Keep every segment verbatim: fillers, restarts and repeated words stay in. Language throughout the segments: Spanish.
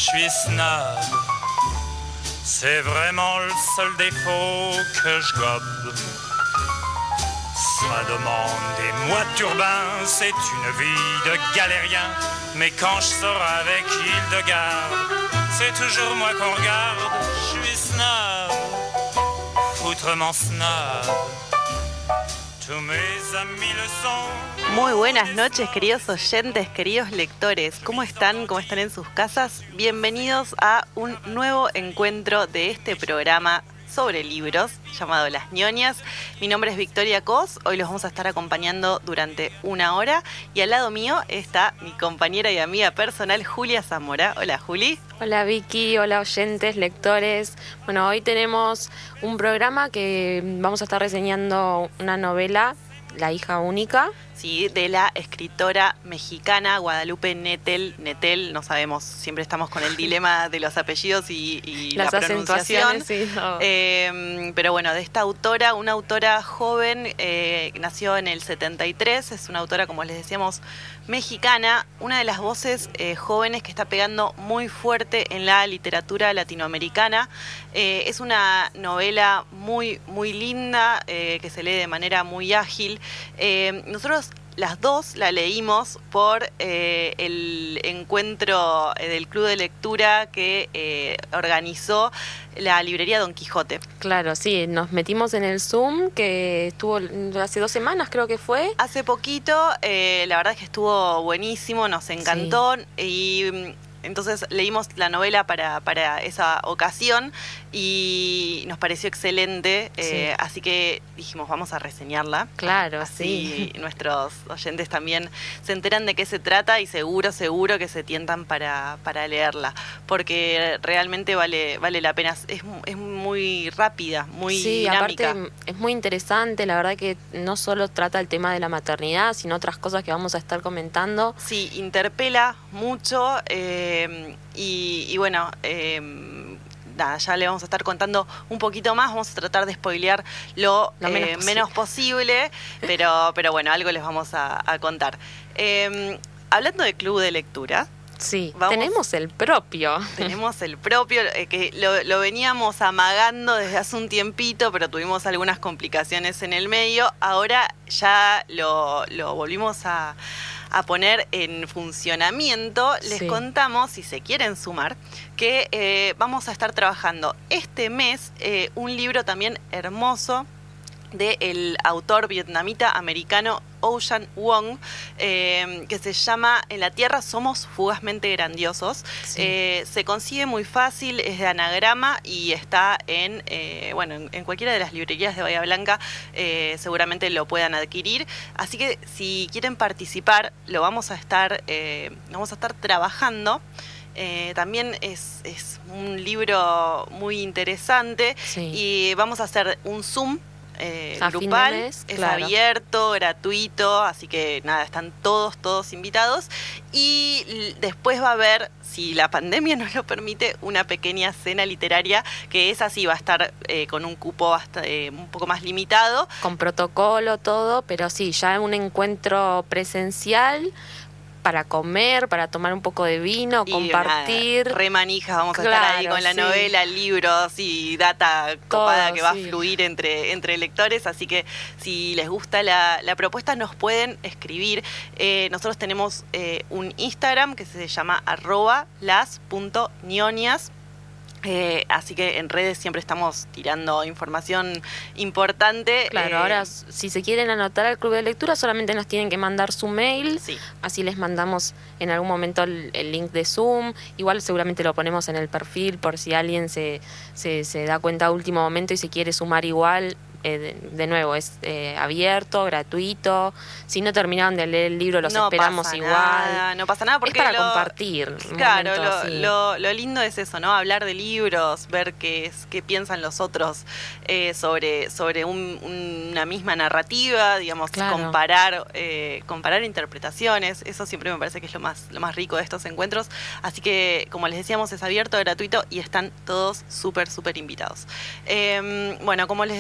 suis snob. C'est vraiment le seul défaut que je gobe. Ça demande des mois de turbin, c'est une vie de galérien. Mais quand je sors avec Hildegarde, c'est toujours moi qu'on regarde. Je suis snob, foutrement snob. Tous mes amis le sont. Muy buenas noches, queridos oyentes, queridos lectores. ¿Cómo están? ¿Cómo están en sus casas? Bienvenidos a un nuevo encuentro de este programa sobre libros llamado Las Ñoñas. Mi nombre es Victoria Cos. Hoy los vamos a estar acompañando durante una hora. Y al lado mío está mi compañera y amiga personal, Julia Zamora. Hola, Juli. Hola, Vicky. Hola, oyentes, lectores. Bueno, hoy tenemos un programa que vamos a estar reseñando una novela, La hija única. Sí, de la escritora mexicana Guadalupe Nettel. Nettel, no sabemos, siempre estamos con el dilema de los apellidos y, y Las la pronunciación. Sí, no. eh, pero bueno, de esta autora, una autora joven, eh, nació en el setenta y tres, es una autora, como les decíamos, mexicana, una de las voces eh, jóvenes que está pegando muy fuerte en la literatura latinoamericana. Eh, es una novela muy, muy linda, eh, que se lee de manera muy ágil. Eh, nosotros las dos la leímos por eh, el encuentro del Club de Lectura que eh, organizó la librería Don Quijote. Claro, sí, nos metimos en el Zoom que estuvo hace dos semanas, creo que fue. Hace poquito, eh, la verdad es que estuvo buenísimo, nos encantó. Sí. Y entonces leímos la novela para, para esa ocasión y nos pareció excelente, eh, sí. Así que dijimos, vamos a reseñarla. Claro, así sí. Nuestros oyentes también se enteran de qué se trata y seguro, seguro que se tientan para, para leerla, porque realmente vale, vale la pena. Es, es muy rápida, muy sí, dinámica. Aparte es muy interesante, la verdad que no solo trata el tema de la maternidad, sino otras cosas que vamos a estar comentando. Sí, interpela mucho. Eh, y, y bueno, eh, nada, ya le vamos a estar contando un poquito más, vamos a tratar de spoilear lo, lo menos, eh, posible. menos posible, pero, pero bueno, algo les vamos a, a contar. Eh, hablando de club de lectura. Sí, vamos, tenemos el propio. Tenemos el propio, eh, que lo, lo veníamos amagando desde hace un tiempito, pero tuvimos algunas complicaciones en el medio. Ahora ya lo, lo volvimos a... a poner en funcionamiento. Les sí. contamos, si se quieren sumar, que eh, vamos a estar trabajando este mes eh, un libro también hermoso del autor vietnamita americano Ocean Vuong, eh, que se llama En la Tierra somos fugazmente grandiosos. Sí. Eh, se consigue muy fácil, es de anagrama y está en, eh, bueno, en, en cualquiera de las librerías de Bahía Blanca, eh, seguramente lo puedan adquirir. Así que si quieren participar, lo vamos a estar, eh, vamos a estar trabajando. Eh, también es, es un libro muy interesante. Sí. Y vamos a hacer un Zoom Eh, grupal, mes, es claro. abierto, gratuito, así que nada, están todos, todos invitados. Y después va a haber, si la pandemia nos lo permite, una pequeña cena literaria, que esa sí va a estar eh, con un cupo hasta, eh, un poco más limitado. Con protocolo, todo, pero sí, ya un encuentro presencial para comer, para tomar un poco de vino, y compartir. Nada, re manijas, vamos claro, a estar ahí con la sí. novela, libros y data copada todo, que va sí. a fluir entre, entre lectores. Así que si les gusta la, la propuesta, nos pueden escribir. Eh, nosotros tenemos eh, un Instagram que se llama arroba las punto ñoñas. Eh, así que en redes siempre estamos tirando información importante. Claro, eh, ahora si se quieren anotar al club de lectura solamente nos tienen que mandar su mail, sí. Así les mandamos en algún momento el, el link de Zoom. Igual seguramente lo ponemos en el perfil por si alguien se, se, se da cuenta a último momento y se quiere sumar igual. Eh, de, de nuevo, es eh, abierto, gratuito. Si no terminaron de leer el libro, los no esperamos pasa igual. Nada, no pasa nada porque es para lo, compartir. Claro, momento, lo, sí. lo, lo lindo es eso, ¿no? Hablar de libros, ver qué, es, qué piensan los otros eh, sobre, sobre un, una misma narrativa, digamos, claro. comparar, eh, comparar interpretaciones. Eso siempre me parece que es lo más, lo más rico de estos encuentros. Así que, como les decíamos, es abierto, gratuito y están todos súper, súper invitados. Eh, bueno, como les conté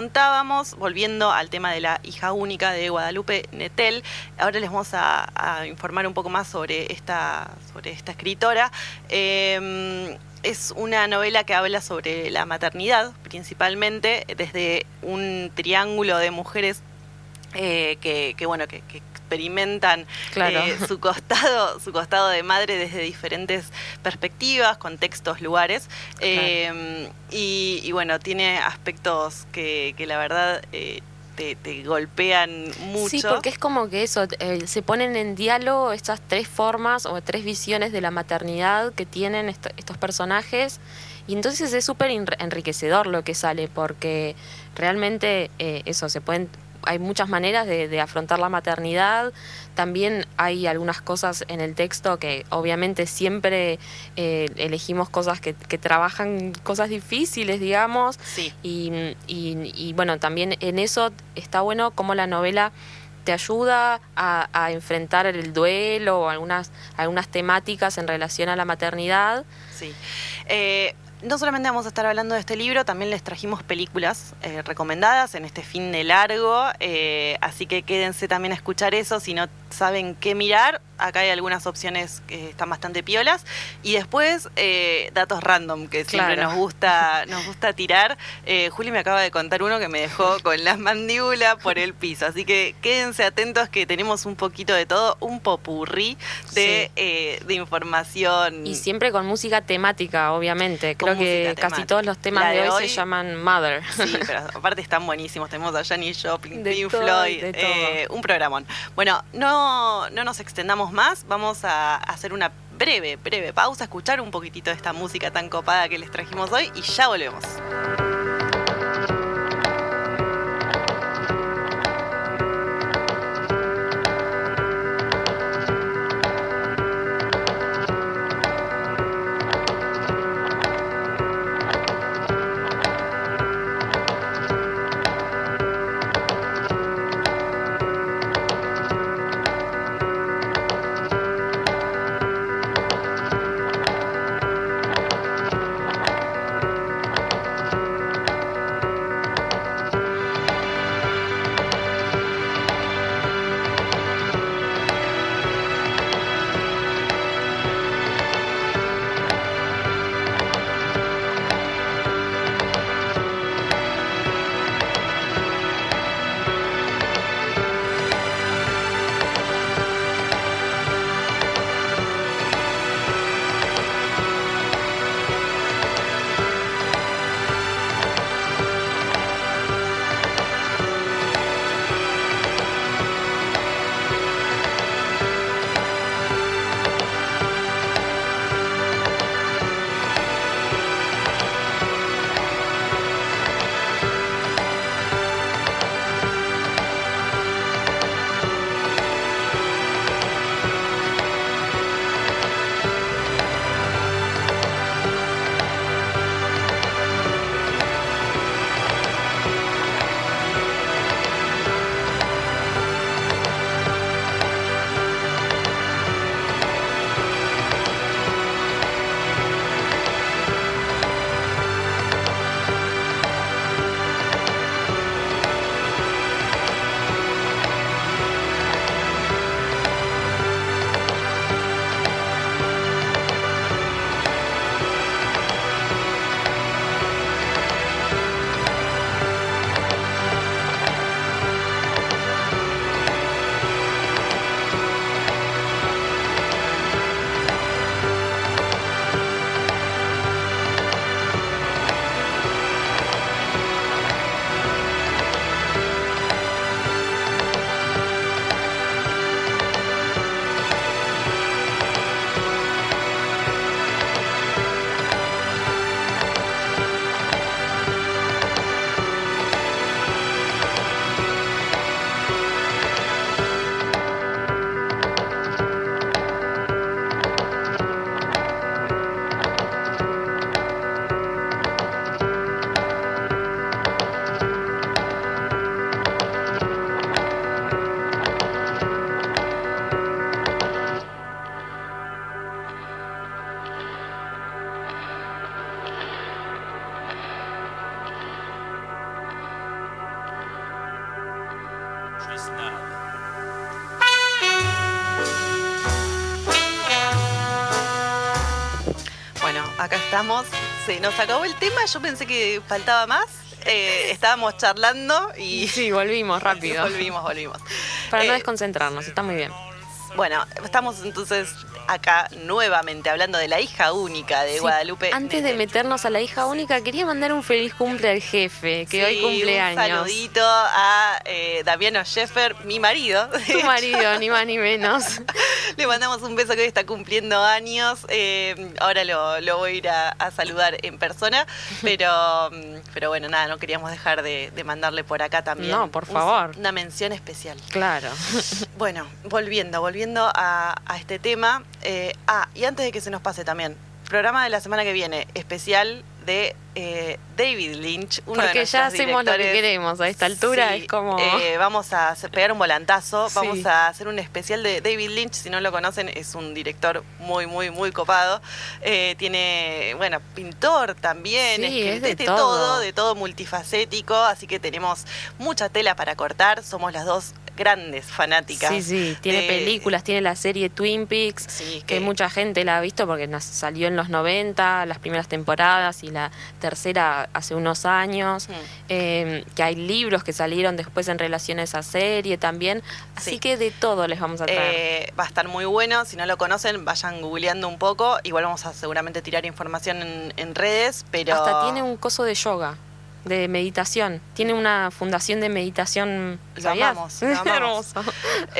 contábamos, volviendo al tema de la hija única de Guadalupe Nettel, ahora les vamos a, a informar un poco más sobre esta, sobre esta escritora. Eh, Es una novela que habla sobre la maternidad, principalmente desde un triángulo de mujeres eh, que, que, bueno, que, que experimentan claro. eh, su costado, su costado de madre desde diferentes perspectivas, contextos, lugares. Claro. Eh, y, y bueno, tiene aspectos que, que la verdad eh, Te, te golpean mucho. Sí, porque es como que eso, eh, se ponen en diálogo estas tres formas o tres visiones de la maternidad que tienen est estos personajes, y entonces es súper enriquecedor lo que sale, porque realmente eh, eso, se pueden, hay muchas maneras de, de afrontar la maternidad. También hay algunas cosas en el texto que obviamente siempre eh, elegimos cosas que, que trabajan cosas difíciles, digamos. Sí. Y, y, y bueno, también en eso está bueno cómo la novela te ayuda a, a enfrentar el duelo o algunas, algunas temáticas en relación a la maternidad. Sí. Eh, No solamente vamos a estar hablando de este libro, también les trajimos películas eh, recomendadas en este fin de largo, eh, así que quédense también a escuchar eso. Si no saben qué mirar, acá hay algunas opciones que están bastante piolas. Y después, eh, datos random, que siempre Claro. nos gusta nos gusta tirar. Eh, Juli me acaba de contar uno que me dejó con las mandíbulas por el piso, así que quédense atentos que tenemos un poquito de todo, un popurrí de, Sí. eh, de información. Y siempre con música temática, obviamente. Con Creo que música casi temática. todos los temas La de, de hoy, hoy- se llaman Mother. Sí, pero aparte están buenísimos. Tenemos a Janis Joplin, De Pink todo, Floyd, de todo. eh, un programón. Bueno, no, no nos extendamos más. Vamos a hacer una breve, breve pausa, escuchar un poquitito de esta música tan copada que les trajimos hoy y ya volvemos. acá estamos. Se nos acabó el tema, yo pensé que faltaba más. Eh, estábamos charlando y... Sí, volvimos rápido. volvimos, volvimos. Para no Eh, desconcentrarnos, está muy bien. Bueno, estamos entonces acá nuevamente hablando de la hija única de Sí, Guadalupe. Antes de Nettel. meternos a la hija única, quería mandar un feliz cumple al jefe, que Sí, hoy cumple años. Un saludito a eh, Damiano Scheffer, mi marido. Tu marido, ni más ni menos. Le mandamos un beso que hoy está cumpliendo años. Eh, ahora lo, lo voy a ir a, a saludar en persona. Pero, pero bueno, nada, no queríamos dejar de, de mandarle por acá también. No, por un- favor. una mención especial. Claro. Bueno, volviendo, volviendo a, a este tema. Eh, ah, y antes de que se nos pase también, programa de la semana que viene, especial de eh, David Lynch, uno de Porque ya nuestros hacemos lo que directores. queremos. A esta altura Sí, es como... eh, vamos a hacer- pegar un volantazo, Sí. vamos a hacer un especial de David Lynch, si no lo conocen, es un director muy, muy, muy copado. Eh, tiene, bueno, pintor también, Sí, que- es de de todo. todo, de todo multifacético, así que tenemos mucha tela para cortar, somos las dos grandes fanáticas. Sí, sí, tiene de- películas, tiene la serie Twin Peaks, Sí, que que- mucha gente la ha visto porque nas- salió en los noventa, las primeras temporadas, y la tercera hace unos años, Mm. eh, que hay libros que salieron después en relación a esa serie también, así Sí. que de todo les vamos a traer. Eh, va a estar muy bueno, si no lo conocen, vayan googleando un poco, igual vamos a seguramente tirar información en, en redes, pero... Hasta tiene un coso de yoga, de meditación, tiene una fundación de meditación. Lo ¿Sabías? amamos, lo amamos. Hermoso.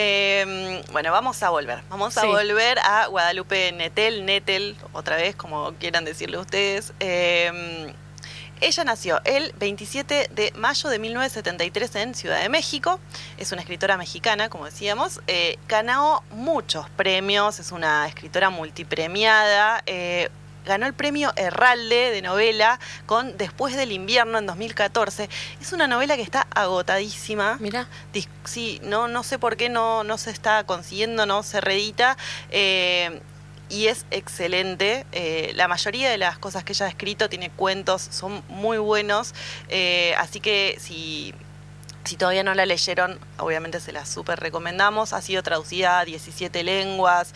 Eh, bueno, vamos a volver. Vamos a Sí. volver a Guadalupe Nettel, Nettel, otra vez, como quieran decirle ustedes. Eh, ella nació el veintisiete de mayo de mil novecientos setenta y tres en Ciudad de México. Es una escritora mexicana, como decíamos. Eh, ganó muchos premios, es una escritora multipremiada. Eh, Ganó el premio Herralde de novela con Después del invierno en dos mil catorce. Es una novela que está agotadísima. Mirá, Dis- Sí, no, no sé por qué no, no se está consiguiendo, no se reedita. eh, y es excelente. Eh, la mayoría de las cosas que ella ha escrito tiene cuentos, son muy buenos. eh, así que si, si todavía no la leyeron, obviamente se la súper recomendamos. Ha sido traducida a diecisiete lenguas.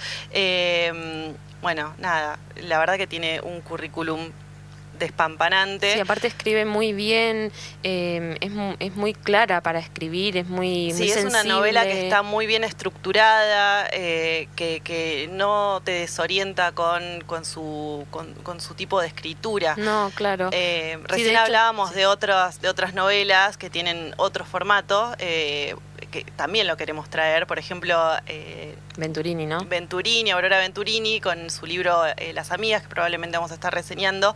eh, bueno, nada, la verdad que tiene un currículum despampanante. sí, aparte escribe muy bien, eh, es, mu- es muy clara para escribir, es muy, Sí, muy es sensible. una novela que está muy bien estructurada, eh, que, que no te desorienta con, con, su, con, con su tipo de escritura. No, claro. Eh, Sí, recién de hecho, hablábamos sí. de otras, de otras novelas que tienen otro formato, eh, que también lo queremos traer. Por ejemplo, eh, Venturini, ¿no? Venturini, Aurora Venturini, con su libro eh, Las Amigas, que probablemente vamos a estar reseñando.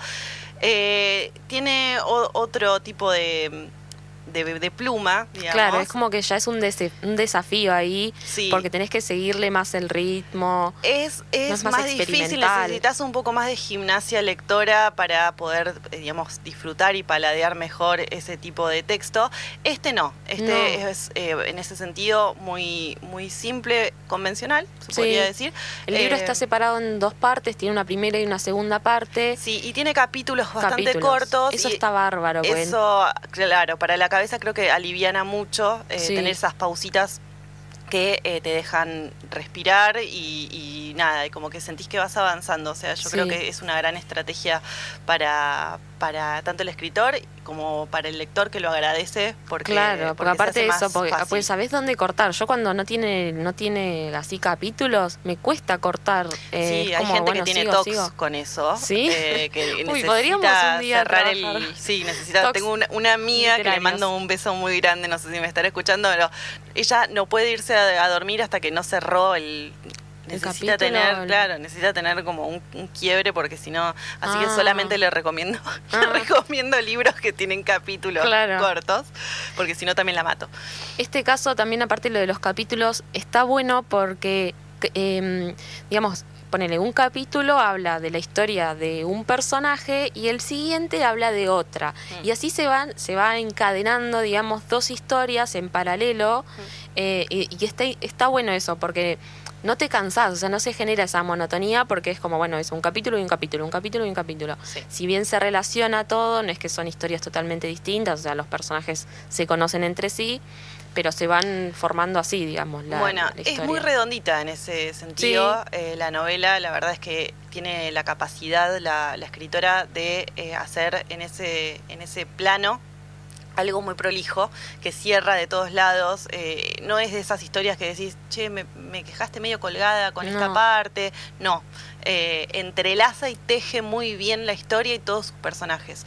Eh, tiene o- otro tipo de, de, de pluma, digamos. Claro, es como que ya es un, dese- un desafío ahí, Sí. porque tenés que seguirle más el ritmo. Es, es, No es más más, difícil, experimental. necesitas un poco más de gimnasia lectora para poder, eh, digamos, disfrutar y paladear mejor ese tipo de texto. Este no, este No. es eh, en ese sentido muy, muy simple, convencional, se Sí. podría decir. El libro Eh, está separado en dos partes, tiene una primera y una segunda parte. Sí, y tiene capítulos bastante Capítulos. cortos. Eso y está bárbaro. porque- Eso, claro, para la cabeza creo que aliviana mucho eh, Sí. tener esas pausitas que eh, te dejan respirar y, y nada, y como que sentís que vas avanzando. O sea, yo Sí. creo que es una gran estrategia para, para tanto el escritor como para el lector, que lo agradece porque, Claro, porque, se aparte hace de más eso, porque fácil. pues sabés dónde cortar. Yo cuando no tiene no tiene así capítulos, me cuesta cortar. eh, Sí, es hay como, gente bueno, que tiene sigo, tocs sigo. con eso. ¿Sí? eh, que Uy, necesita podríamos un día cerrar el. trabajar. Sí, necesita. Tocs Tengo una, una amiga que le literarios. mando un beso muy grande, no sé si me estará escuchando, pero ella no puede irse a, a dormir hasta que no cerró el. El Necesita capítulo, tener, el- claro, necesita tener como un, un quiebre porque si no, así que Ah. solamente le recomiendo, le Ah. recomiendo libros que tienen capítulos Claro. cortos, porque si no también la mato. Este caso también, aparte de lo de los capítulos, está bueno porque, eh, digamos, ponele, un capítulo habla de la historia de un personaje y el siguiente habla de otra. Mm. Y así se van, se va encadenando, digamos, dos historias en paralelo. eh, y y está, está bueno eso, porque no te cansás, o sea, no se genera esa monotonía porque es como, bueno, es un capítulo y un capítulo, un capítulo y un capítulo. Sí. Si bien se relaciona todo, no es que son historias totalmente distintas, o sea, los personajes se conocen entre sí, pero se van formando así, digamos, la, bueno, la historia. Es muy redondita en ese sentido. Sí. Eh, la novela, la verdad es que tiene la capacidad, la, la escritora, de eh, hacer en ese, en ese plano algo muy prolijo, que cierra de todos lados. Eh, no es de esas historias que decís, che, me, me quejaste medio colgada con No. esta parte. No, eh, entrelaza y teje muy bien la historia y todos sus personajes.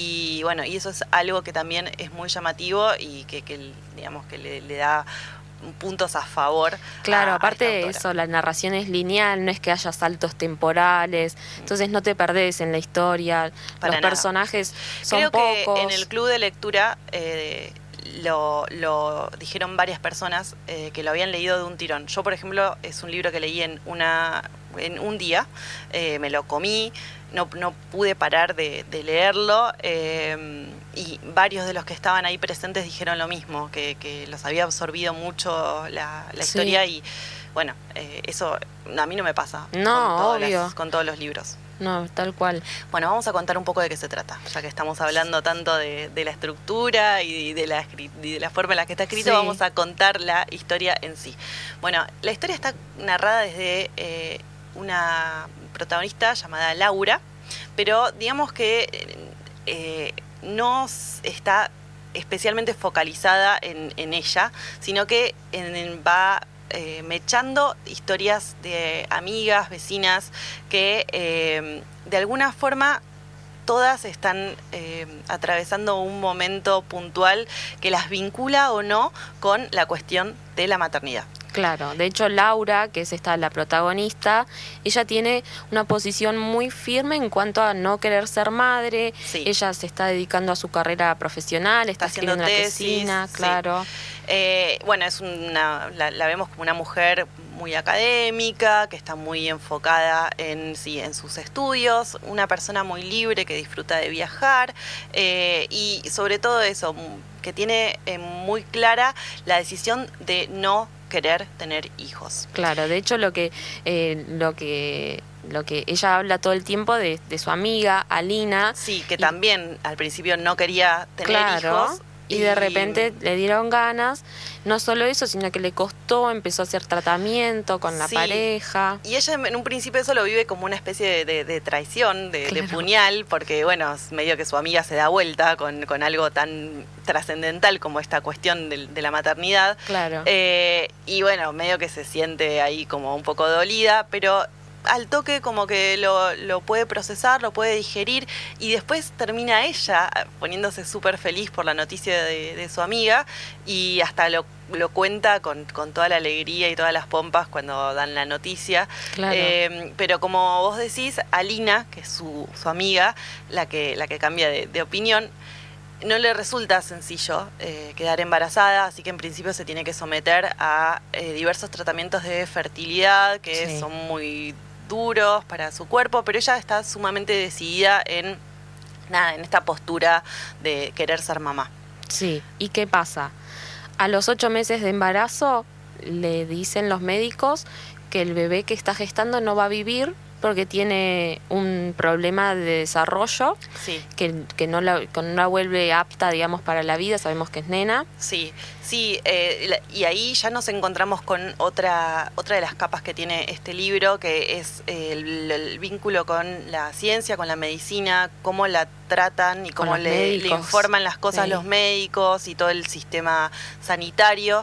Y bueno, y eso es algo que también es muy llamativo y que, que digamos, que le, le da puntos a favor. Claro, a, aparte a de eso, la narración es lineal, no es que haya saltos temporales, entonces no te perdés en la historia, Para los nada. personajes son Creo pocos. que en el club de lectura eh, lo, lo dijeron varias personas eh, que lo habían leído de un tirón. Yo, por ejemplo, es un libro que leí en una en un día, eh, me lo comí, no, no pude parar de, de leerlo, eh, y varios de los que estaban ahí presentes dijeron lo mismo, que, que los había absorbido mucho la, la Sí. historia y bueno, eh, eso a mí no me pasa No, con, todas obvio. las- con todos los libros. No, tal cual. Bueno, vamos a contar un poco de qué se trata, ya que estamos hablando tanto de, de la estructura y de la, escri- y de la forma en la que está escrito, Sí. vamos a contar la historia en sí. Bueno, la historia está narrada desde eh, una protagonista llamada Laura, pero digamos que eh, no s- está especialmente focalizada en, en ella, sino que en- en- va eh, mechando historias de amigas, vecinas, que eh, de alguna forma todas están eh, atravesando un momento puntual que las vincula o no con la cuestión de la maternidad. Claro, de hecho Laura, que es esta la protagonista, ella tiene una posición muy firme en cuanto a no querer ser madre. Sí. Ella se está dedicando a su carrera profesional, está, Está haciendo escribiendo una tesis, tesina, sí. claro. Eh, bueno, es una, la, la vemos como una mujer muy académica, que está muy enfocada en, sí, en sus estudios, una persona muy libre que disfruta de viajar, eh, y sobre todo eso, que tiene eh, muy clara la decisión de no querer tener hijos. Claro, de hecho lo que eh, lo que lo que ella habla todo el tiempo de, de su amiga Alina. Sí, que y, también al principio no quería tener claro, hijos. Y, y de repente le dieron ganas, no solo eso, sino que le costó, empezó a hacer tratamiento con la sí. pareja. Y ella en un principio eso lo vive como una especie de, de, de traición, de, Claro. de puñal, porque bueno, es medio que su amiga se da vuelta con, con algo tan trascendental como esta cuestión de, de la maternidad. Claro. Eh, y bueno, medio que se siente ahí como un poco dolida, pero al toque como que lo, lo puede procesar, lo puede digerir, y después termina ella poniéndose súper feliz por la noticia de, de su amiga, y hasta lo, lo cuenta con, con toda la alegría y todas las pompas cuando dan la noticia. Claro. Eh, pero como vos decís, Alina, que es su, su amiga, la que, la que cambia de, de opinión, no le resulta sencillo eh, quedar embarazada, así que en principio se tiene que someter a eh, diversos tratamientos de fertilidad que Sí. son muy duros para su cuerpo, pero ella está sumamente decidida en nada, en esta postura de querer ser mamá. Sí, ¿y qué pasa? A los ocho meses de embarazo le dicen los médicos que el bebé que está gestando no va a vivir porque tiene un problema de desarrollo Sí. que, que, no la, que no la vuelve apta, digamos, para la vida. Sabemos que es nena. Sí, sí, eh, la- y ahí ya nos encontramos con otra otra de las capas que tiene este libro, que es eh, el, el vínculo con la ciencia, con la medicina, cómo la tratan y Con cómo los le, le médicos. informan las cosas Sí. los médicos y todo el sistema sanitario.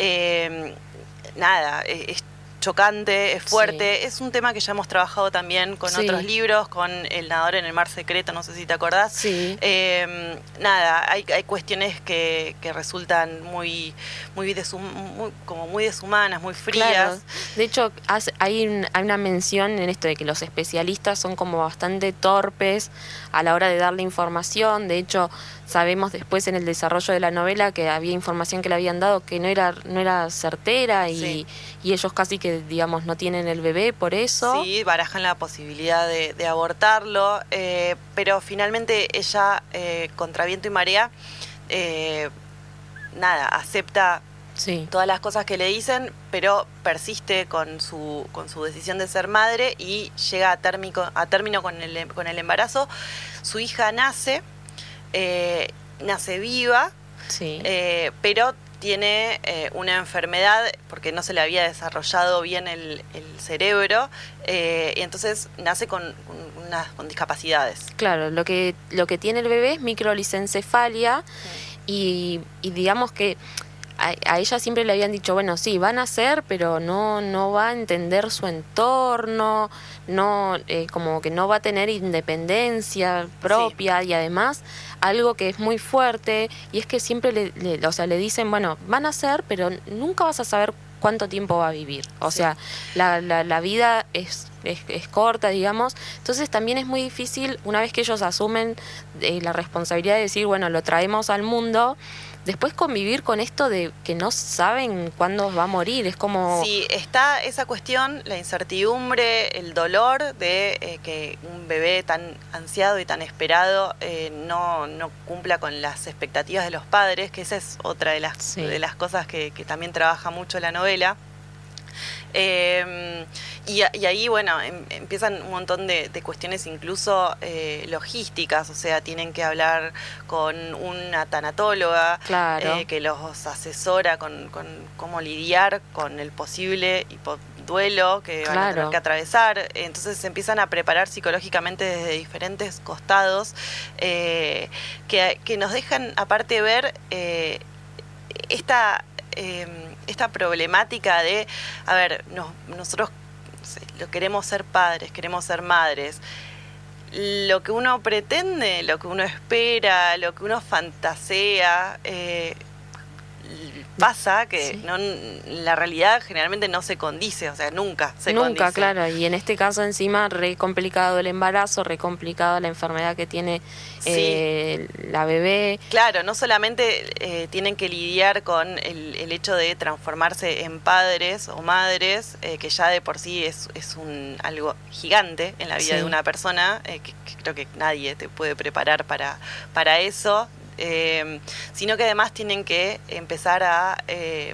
Eh, nada, eh, es chocante, es fuerte, Sí. es un tema que ya hemos trabajado también con Sí. otros libros, con El nadador en el mar secreto, no sé si te acordás. Sí. Eh, nada, hay, hay cuestiones que, que resultan muy, muy, deshum- muy como muy deshumanas, muy frías. Claro. De hecho, hace- hay, un- hay una mención en esto de que los especialistas son como bastante torpes a la hora de darle información. De hecho, sabemos después en el desarrollo de la novela que había información que le habían dado que no era, no era certera y, Sí. y ellos casi que, digamos, no tienen el bebé por eso. Sí, barajan la posibilidad de, de abortarlo, eh, pero finalmente ella, eh, contra viento y marea, eh, nada, acepta Sí. todas las cosas que le dicen, pero persiste con su, con su decisión de ser madre y llega a, térmico, a término con el, con el embarazo. Su hija nace, eh, nace viva, Sí. eh, pero tiene eh, una enfermedad porque no se le había desarrollado bien el, el cerebro, eh, y entonces nace con, con, unas, con discapacidades. Claro, lo que, lo que tiene el bebé es microlicencefalia, sí. y, y digamos que a, a ella siempre le habían dicho, bueno, sí, va a nacer, pero no, no va a entender su entorno, no, eh, como que no va a tener independencia propia, sí. Y además algo que es muy fuerte, y es que siempre le, le, o sea, le dicen, bueno, va a nacer, pero nunca vas a saber cuánto tiempo va a vivir. O sí. sea, la, la, la vida es, es, es corta, digamos. Entonces también es muy difícil, una vez que ellos asumen eh, la responsabilidad de decir, bueno, lo traemos al mundo, después convivir con esto de que no saben cuándo va a morir, es como... Sí, está esa cuestión, la incertidumbre, el dolor de eh, que un bebé tan ansiado y tan esperado eh, no, no cumpla con las expectativas de los padres, que esa es otra de las, sí. de las cosas que, que también trabaja mucho la novela. Eh, y, y ahí, bueno, em, empiezan un montón de, de cuestiones incluso eh, logísticas, o sea, tienen que hablar con una tanatóloga, claro. eh, que los asesora con, con cómo lidiar con el posible duelo que claro. van a tener que atravesar. Entonces se empiezan a preparar psicológicamente desde diferentes costados, eh, que, que nos dejan aparte ver eh, esta... Eh, esta problemática de, a ver, no, nosotros no sé, lo queremos ser padres, queremos ser madres. Lo que uno pretende, lo que uno espera, lo que uno fantasea, eh, pasa que sí. no, la realidad generalmente no se condice, o sea, nunca se nunca, condice. Nunca, claro, y en este caso encima re complicado el embarazo, re complicado la enfermedad que tiene sí. eh, la bebé. Claro, no solamente eh, tienen que lidiar con el, el hecho de transformarse en padres o madres, eh, que ya de por sí es, es un algo gigante en la vida sí. de una persona, eh, que, que creo que nadie te puede preparar para, para eso. Eh, sino que además tienen que empezar a eh,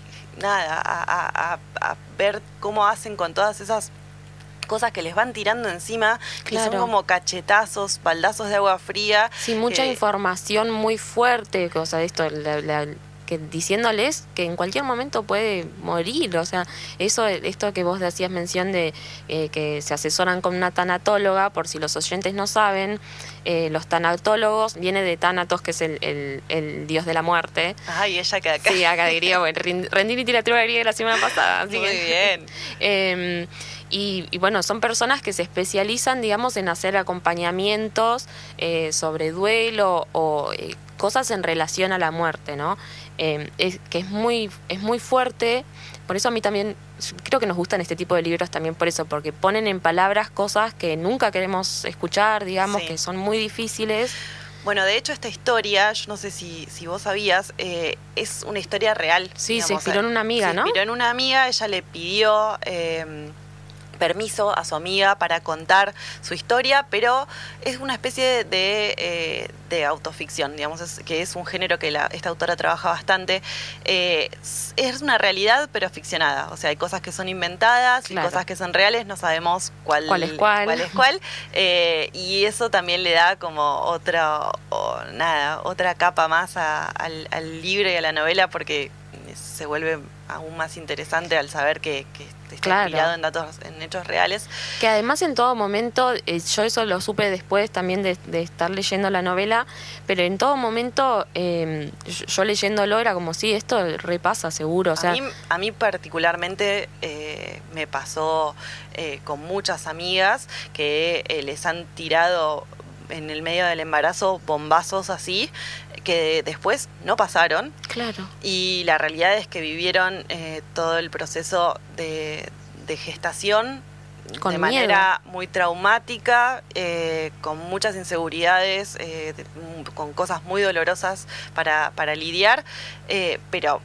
nada a, a, a ver cómo hacen con todas esas cosas que les van tirando encima, que claro. son como cachetazos, baldazos de agua fría. Sí, mucha que... información muy fuerte, cosa de esto, la, la, que diciéndoles que en cualquier momento puede morir, o sea, eso, esto que vos hacías mención de eh, que se asesoran con una tanatóloga, por si los oyentes no saben, eh, los tanatólogos, viene de Tánatos, que es el, el, el dios de la muerte. Ajá, y ella que acá. Sí, acá diría, bueno, rendí literatura griega la semana pasada. Así Muy que, bien. eh, y, y bueno, son personas que se especializan, digamos, en hacer acompañamientos eh, sobre duelo o eh, cosas en relación a la muerte, ¿no? Eh, es, que es muy, es muy fuerte, por eso a mí también creo que nos gustan este tipo de libros también por eso, porque ponen en palabras cosas que nunca queremos escuchar, digamos, sí. que son muy difíciles. Bueno, de hecho esta historia, yo no sé si, si vos sabías, eh, es una historia real. Sí, digamos. Se inspiró en una amiga, se ¿no? Se inspiró en una amiga, ella le pidió... Eh, permiso a su amiga para contar su historia, pero es una especie de, eh, de autoficción, digamos, es, que es un género que la, esta autora trabaja bastante. Eh, es una realidad, pero ficcionada, o sea, hay cosas que son inventadas claro. y cosas que son reales, no sabemos cuál, cuál es cuál, cuál, es cuál eh, y eso también le da como otra, o, nada, otra capa más a, al, al libro y a la novela, porque se vuelve aún más interesante al saber que, que está claro. inspirado en datos, en hechos reales. Que además en todo momento, eh, yo eso lo supe después también de, de estar leyendo la novela, pero en todo momento eh, yo, yo leyéndolo era como, sí, esto repasa seguro. O sea, a, mí, a mí particularmente eh, me pasó eh, con muchas amigas que eh, les han tirado en el medio del embarazo bombazos así, que después no pasaron. Claro. Y la realidad es que vivieron eh, todo el proceso de, de gestación con de miedo. manera muy traumática, eh, con muchas inseguridades, eh, de, con cosas muy dolorosas para, para lidiar, eh, pero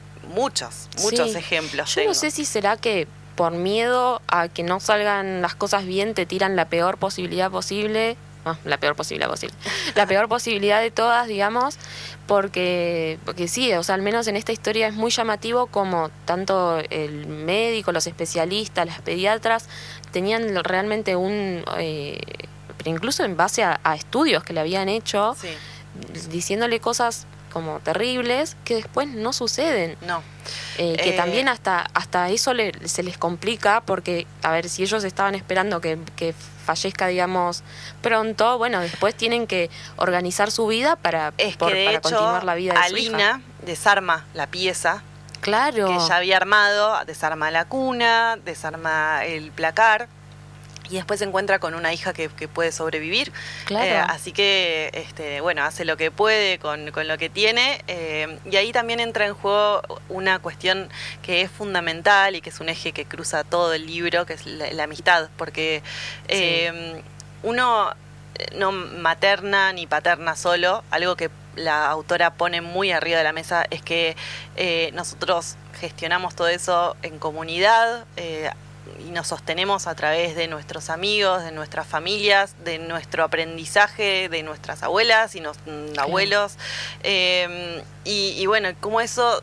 muchos, muchos sí. ejemplos. Yo tengo. no sé si será que por miedo a que no salgan las cosas bien te tiran la peor posibilidad posible. No, la peor posibilidad posible. La peor posibilidad de todas, digamos, porque, porque sí, o sea, al menos en esta historia es muy llamativo como tanto el médico, los especialistas, las pediatras, tenían realmente un... Eh, pero incluso en base a, a estudios que le habían hecho, sí. diciéndole cosas como terribles que después no suceden. No. Eh, que Eh, también hasta hasta eso le, se les complica porque, a ver, si ellos estaban esperando que, que fallezca, digamos, pronto, bueno, después tienen que organizar su vida para, Es por- que de para hecho, continuar la vida de su hija. Alina desarma la pieza Claro. que ya había armado, desarma la cuna, desarma el placar y después se encuentra con una hija que, que puede sobrevivir. Claro. Eh, así que, este, bueno, hace lo que puede con, con lo que tiene. Eh, y ahí también entra en juego una cuestión que es fundamental y que es un eje que cruza todo el libro, que es la, la amistad. Porque eh, uno no materna ni paterna solo, algo que la autora pone muy arriba de la mesa es que eh, nosotros gestionamos todo eso en comunidad, eh, y nos sostenemos a través de nuestros amigos, de nuestras familias, de nuestro aprendizaje, de nuestras abuelas y nos, abuelos. Eh, y, y bueno, como eso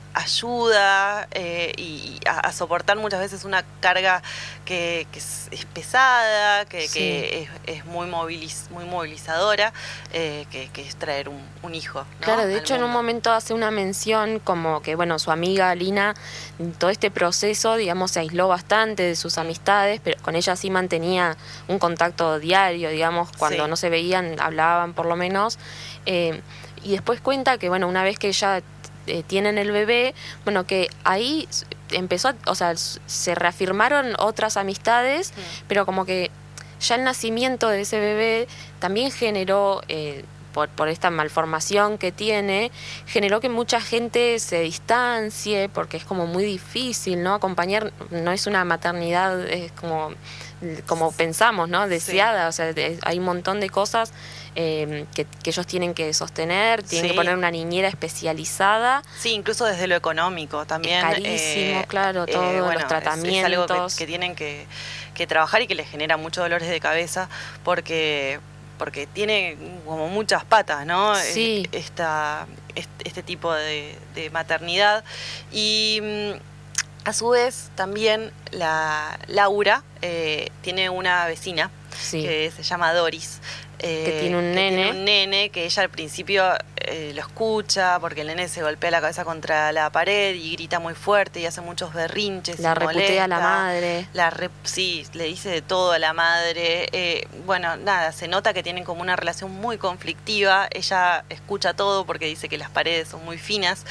ayuda eh, y a, a soportar muchas veces una carga que, que es, es pesada, que, Sí. que es, es muy, moviliz, muy movilizadora, eh, que, que es traer un, un hijo, ¿no? Claro, de al hecho en un mundo. momento hace una mención como que, bueno, su amiga Lina, en todo este proceso, digamos, se aisló bastante de sus amistades, pero con ella sí mantenía un contacto diario, digamos, cuando Sí. no se veían, hablaban por lo menos. Eh, y después cuenta que, bueno, una vez que ella eh, tienen el bebé, bueno, que ahí empezó, o sea, se reafirmaron otras amistades, Mm. pero como que ya el nacimiento de ese bebé también generó, eh, por, por esta malformación que tiene, generó que mucha gente se distancie, porque es como muy difícil, ¿no? Acompañar, no es una maternidad, es como, como pensamos, ¿no? Deseada, sí. O sea, de, hay un montón de cosas eh, que, que ellos tienen que sostener, tienen Sí. que poner una niñera especializada. Sí, incluso desde lo económico también. Es carísimo, eh, claro, todos eh, bueno, los es- tratamientos. Es, algo que, que tienen que, que trabajar y que les genera muchos dolores de cabeza porque, porque tiene como muchas patas, ¿no? Sí. Esta, este, este tipo de, de maternidad. Y mm, a su vez también la Laura eh, tiene una vecina Sí. que se llama Doris. eh, Que tiene un que nene. tiene un nene que ella al principio eh, lo escucha porque el nene se golpea la cabeza contra la pared y grita muy fuerte y hace muchos berrinches. La y reputea a la molesta. madre. La re- sí, le dice de todo a la madre. Eh, bueno, nada, se nota que tienen como una relación muy conflictiva. Ella escucha todo porque dice que las paredes son muy finas.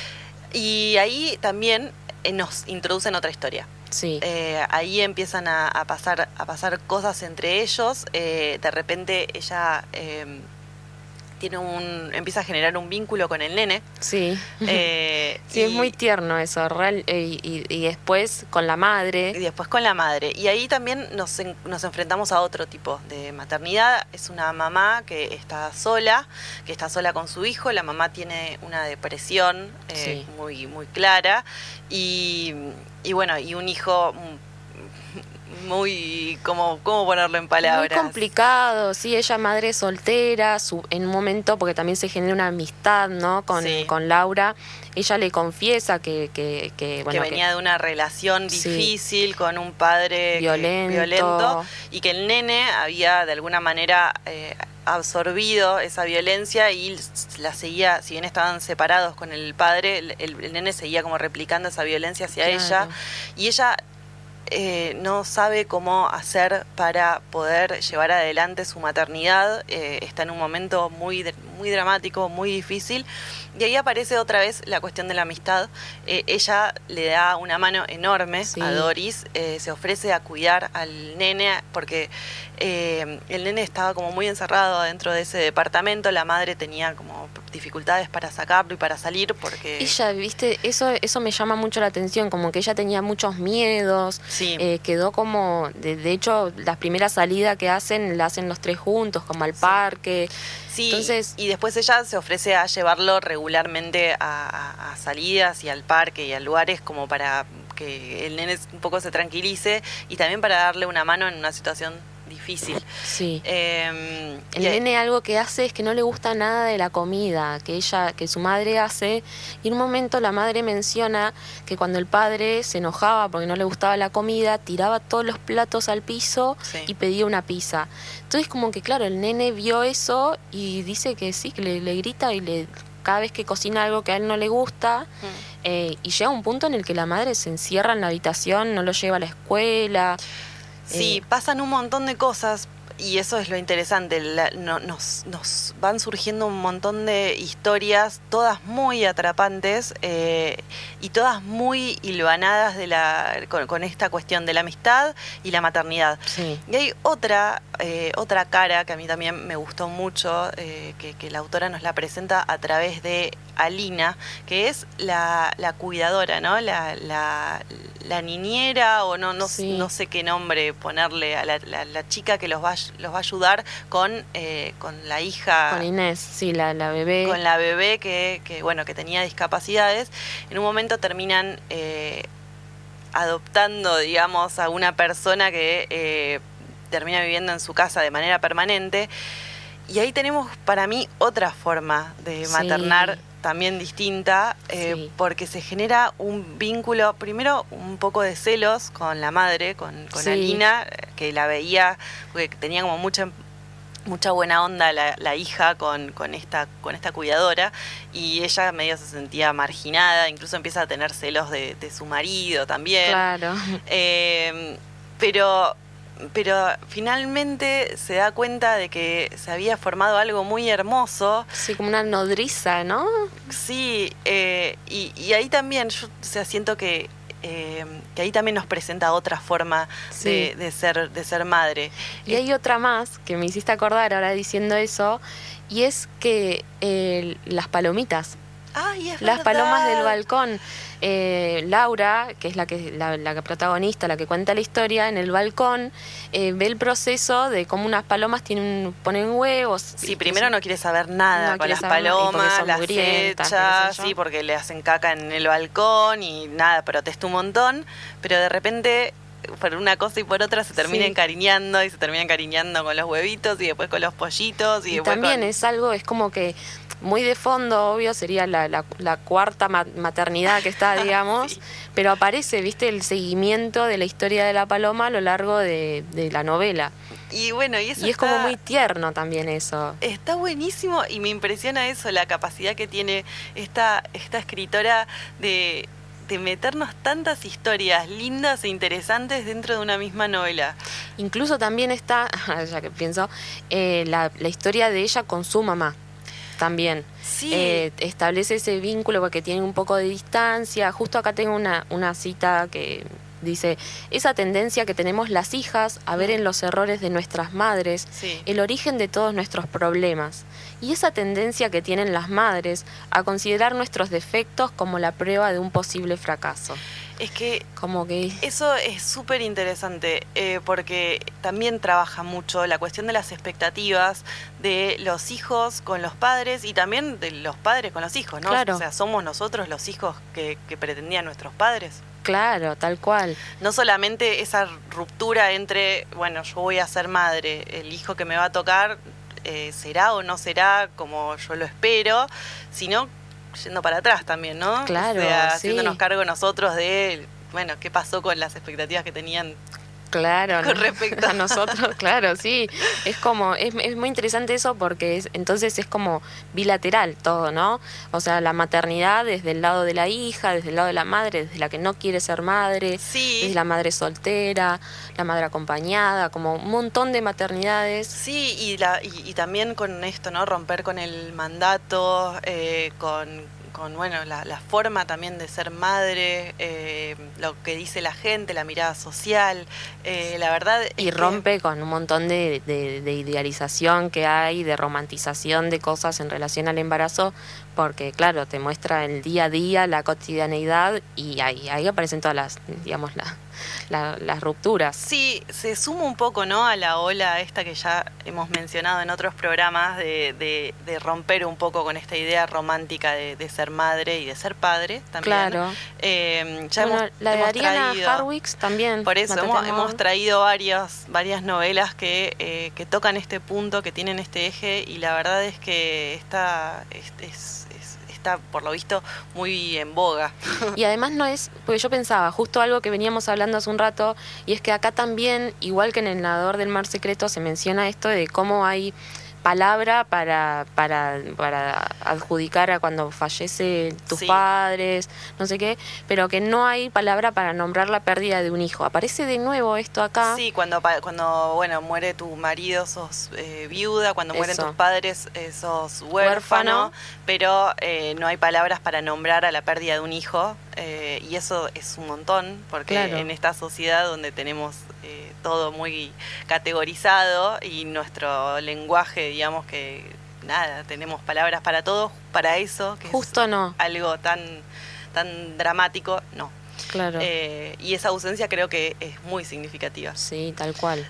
Y ahí también eh, nos introducen otra historia. Sí. Eh, ahí empiezan a, a pasar a pasar cosas entre ellos. Eh, de repente ella eh, tiene un empieza a generar un vínculo con el nene. Sí. Eh, Sí, es y- muy tierno eso, real, eh, y, y después con la y madre. después con la madre. Y ahí también nos, en- nos enfrentamos a otro tipo de maternidad. Es una mamá que está sola, que está sola con su hijo. La mamá tiene una depresión eh, Sí. muy, muy clara. Y, y bueno, y un hijo muy, como, ¿cómo ponerlo en palabras? Muy complicado, sí, ella madre soltera, su, en un momento, porque también se genera una amistad, ¿no? Con, Sí. con Laura, ella le confiesa que, que, que, bueno, que venía de una relación Sí. difícil con un padre que- Violento. violento y que el nene había de alguna manera eh, absorbido esa violencia y la seguía, si bien estaban separados con el padre, el, el- el nene seguía como replicando esa violencia hacia Claro. ella y ella eh, no sabe cómo hacer para poder llevar adelante su maternidad, eh, está en un momento muy, dr- muy dramático, muy difícil, y ahí aparece otra vez la cuestión de la amistad. Eh, ella le da una mano enorme Sí. a Doris, eh, se ofrece a cuidar al nene, porque eh, el nene estaba como muy encerrado dentro de ese departamento, la madre tenía como dificultades para sacarlo y para salir, porque... Ella, viste, eso, eso me llama mucho la atención, como que ella tenía muchos miedos, Sí. eh, quedó como, de, de hecho, las primeras salidas que hacen, la hacen los tres juntos, como al Sí. parque. Sí, Entonces- y después ella se ofrece a llevarlo regularmente a, a- a salidas y al parque y a lugares como para que el nene un poco se tranquilice y también para darle una mano en una situación difícil. Sí. Eh, El y- nene algo que hace es que no le gusta nada de la comida que ella, que su madre hace, y en un momento la madre menciona que cuando el padre se enojaba porque no le gustaba la comida, tiraba todos los platos al piso Sí. y pedía una pizza. Entonces como que claro, el nene vio eso y dice que sí, que le, le grita y le cada vez que cocina algo que a él no le gusta, mm. eh, y llega un punto en el que la madre se encierra en la habitación, no lo lleva a la escuela. Sí, eh, pasan un montón de cosas. Y eso es lo interesante, la, no, nos, nos van surgiendo un montón de historias, todas muy atrapantes eh, y todas muy hilvanadas de la, con, con esta cuestión de la amistad y la maternidad. Sí. Y hay otra, eh, otra cara que a mí también me gustó mucho, eh, que, que la autora nos la presenta a través de Alina, que es la, la cuidadora, ¿no? La, la, la niñera, o no, no, sí. no sé qué nombre ponerle a la, la, la chica que los va, los va a ayudar con, eh, con la hija. Con Inés, sí, la, la bebé. Con la bebé que, que, bueno, que tenía discapacidades. En un momento terminan eh, adoptando, digamos, a una persona que eh, termina viviendo en su casa de manera permanente. Y ahí tenemos, para mí, otra forma de maternar, sí. también distinta, eh, sí. porque se genera un vínculo, primero un poco de celos con la madre, con, con sí. Alina, que la veía, porque tenía como mucha mucha buena onda la, la hija con, con, esta, con esta cuidadora, y ella medio se sentía marginada, incluso empieza a tener celos de, de su marido también. Claro. Eh, pero... pero finalmente se da cuenta de que se había formado algo muy hermoso. Sí, como una nodriza, ¿no? Sí, eh, y, y ahí también yo o sea, siento que, eh, que ahí también nos presenta otra forma sí. de, de, ser, de ser madre. Y hay otra más que me hiciste acordar ahora diciendo eso, y es que eh, las palomitas. Ay, es las verdad. Palomas del balcón. Eh, Laura, que es la que la, la protagonista, la que cuenta la historia, en el balcón eh, ve el proceso de cómo unas palomas tienen, ponen huevos. Sí, primero no quiere saber nada no con las saber palomas, las grietas, echa, sí, porque le hacen caca en el balcón y nada, protesta un montón, pero de repente por una cosa y por otra se termina sí. encariñando y se termina encariñando con los huevitos y después con los pollitos. Y, y después también con... es algo, es como que muy de fondo, obvio, sería la, la, la cuarta ma- maternidad que está, digamos, sí. pero aparece, viste, el seguimiento de la historia de la paloma a lo largo de, de la novela. Y bueno, y eso y es está, como muy tierno también eso. Está buenísimo y me impresiona eso, la capacidad que tiene esta, esta escritora de... de meternos tantas historias lindas e interesantes dentro de una misma novela. Incluso también está, ya que pienso, eh, la, la historia de ella con su mamá. También sí. eh, establece ese vínculo porque tienen un poco de distancia. Justo acá tengo una, una cita que dice: esa tendencia que tenemos las hijas a ver en los errores de nuestras madres sí. el origen de todos nuestros problemas, y esa tendencia que tienen las madres a considerar nuestros defectos como la prueba de un posible fracaso. Es que, como que eso es súper interesante eh, porque también trabaja mucho la cuestión de las expectativas de los hijos con los padres y también de los padres con los hijos, ¿no? Claro. O sea, somos nosotros los hijos que, que pretendían nuestros padres. Claro, tal cual. No solamente esa ruptura entre, bueno, yo voy a ser madre, el hijo que me va a tocar eh, será o no será como yo lo espero, sino yendo para atrás también, ¿no? Claro, o sea, sí. haciéndonos cargo nosotros de, bueno, qué pasó con las expectativas que tenían. Claro, con ¿no? respecto a nosotros, claro, sí. Es como, es, es muy interesante eso porque es, entonces es como bilateral todo, ¿no? O sea, la maternidad desde el lado de la hija, desde el lado de la madre, desde la que no quiere ser madre, sí. desde la madre soltera, la madre acompañada, como un montón de maternidades. Sí, y, la, y, y también con esto, ¿no? Romper con el mandato, eh, con... con bueno la, la forma también de ser madre, eh, lo que dice la gente, la mirada social, eh, la verdad es y rompe que... con un montón de, de, de idealización que hay, de romantización de cosas en relación al embarazo, porque claro, te muestra el día a día, la cotidianeidad, y ahí, ahí aparecen todas las, digamos, la, la, las rupturas. Sí, se suma un poco, ¿no?, a la ola esta que ya hemos mencionado en otros programas de, de, de romper un poco con esta idea romántica de, de ser madre y de ser padre también. Claro. Eh, ya bueno, hemos, la de hemos Ariana traído, Harwicks también. por eso hemos, hemos traído varias, varias novelas que, eh, que tocan este punto, que tienen este eje, y la verdad es que está, es, es, es, está por lo visto muy en boga. Y además no es, porque yo pensaba, justo algo que veníamos hablando hace un rato, y es que acá también, igual que en El nadador del mar secreto, se menciona esto de cómo hay palabra para, para, para adjudicar a cuando fallece tus Sí. padres, no sé qué, pero que no hay palabra para nombrar la pérdida de un hijo. Aparece de nuevo esto acá. Sí, cuando, pa- cuando bueno, muere tu marido sos eh, viuda, cuando mueren Eso. tus padres eh, sos huérfano, Huérfano. pero eh, no hay palabras para nombrar a la pérdida de un hijo, eh, y eso es un montón, porque Claro. en esta sociedad donde tenemos eh, todo muy categorizado y nuestro lenguaje, digamos que nada, tenemos palabras para todo, para eso, que Justo es no. algo tan, tan dramático, no. Claro. Eh, y esa ausencia creo que es muy significativa. Sí, tal cual.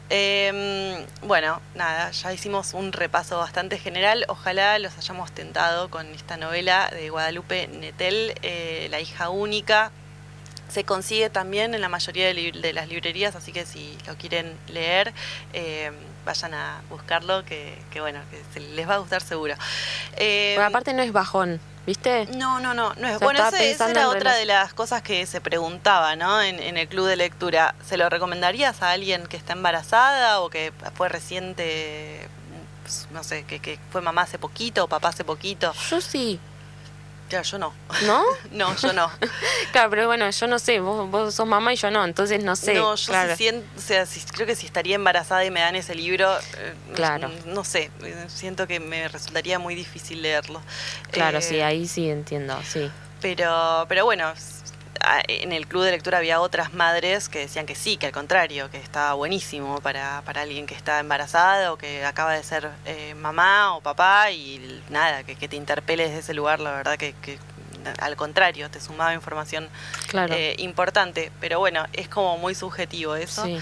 Eh, bueno, nada, ya hicimos un repaso bastante general. Ojalá los hayamos tentado con esta novela de Guadalupe Nettel, eh, La hija única. Se consigue también en la mayoría de, lib- de las librerías, así que si lo quieren leer, eh, vayan a buscarlo, que, que bueno, que se les va a gustar seguro. Eh, Porque aparte no es bajón, ¿viste? no, no, no, no es O sea, bueno. estaba Ese- esa pensando era en otra relac- de las cosas que se preguntaba, ¿no? En, en el club de lectura. ¿Se lo recomendarías a alguien que está embarazada o que fue reciente, pues, no sé, que, que fue mamá hace poquito o papá hace poquito? Yo sí, Claro, yo no. ¿no? No, yo no. Claro, pero bueno, yo no sé, vos, vos sos mamá y yo no, entonces no sé. no, yo claro. sí siento, o sea, si- creo que si estaría embarazada y me dan ese libro, eh, Claro. no, no sé, eh, siento que me resultaría muy difícil leerlo. Claro, Eh, sí, ahí sí entiendo, sí. Pero, pero bueno, s- a- en el club de lectura había otras madres que decían que sí, que al contrario, que estaba buenísimo para, para alguien que está embarazada o que acaba de ser eh, mamá o papá y nada, que, que te interpele desde ese lugar, la verdad que, que al contrario, te sumaba información Claro. eh, importante. Pero bueno, es como muy subjetivo eso. Sí.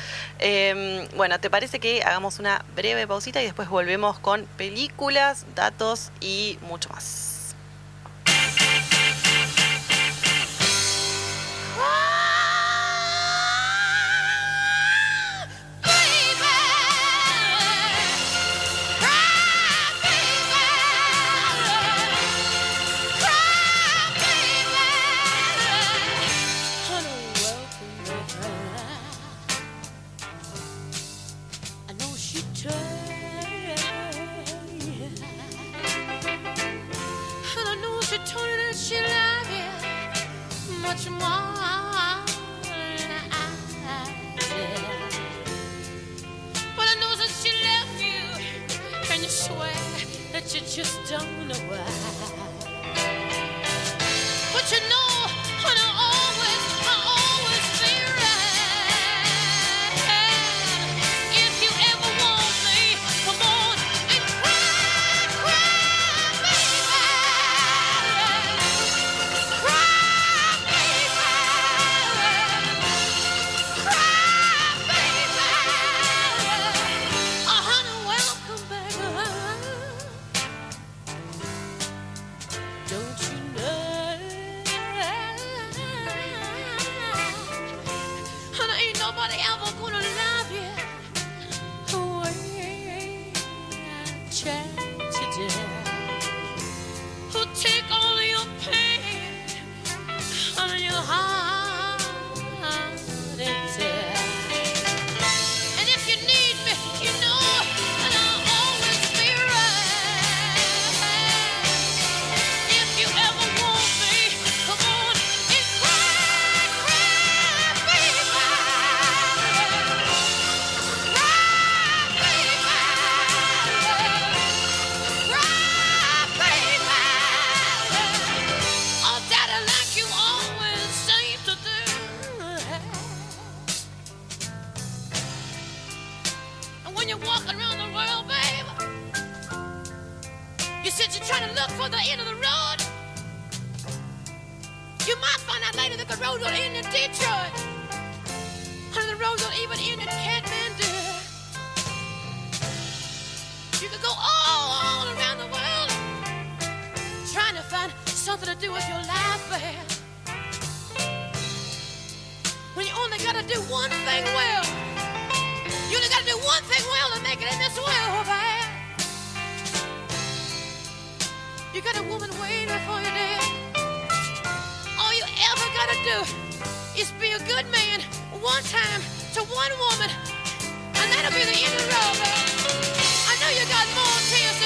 Eh, bueno, ¿te parece que hagamos una breve pausita y después volvemos con películas, datos y mucho más? I know she tried, and I know she told you that she loved you much more than I did. But I know that she left you, and you swear that you just don't know why. But you know, and I always, I always be right. If you ever want me, come on and cry, cry, baby. Cry, baby. Cry, baby. Oh, honey, welcome back. Don't you know? Honey, ain't nobody ever gonna love you the way I tried to do. Who'll take all of your pain and your heart and tear. And if you need me, you know that I'll always be right. If you ever want me, come on and cry, cry, baby. Cry, baby. Cry, baby. Oh, daddy, like you always seem to do. And when you're walking around the world, babe, you said you're trying to look for the end of the road. You might find out later that the road don't end in Detroit. And the road don't even end in Kathmandu. You could go all around the world trying to find something to do with your life, babe. When you only gotta do one thing well. You only gotta do one thing well to make it in this world, babe. You got a woman waiting for you there. All you ever gotta do is be a good man one time to one woman, and that'll be the end of the road, babe. I know you got more tears to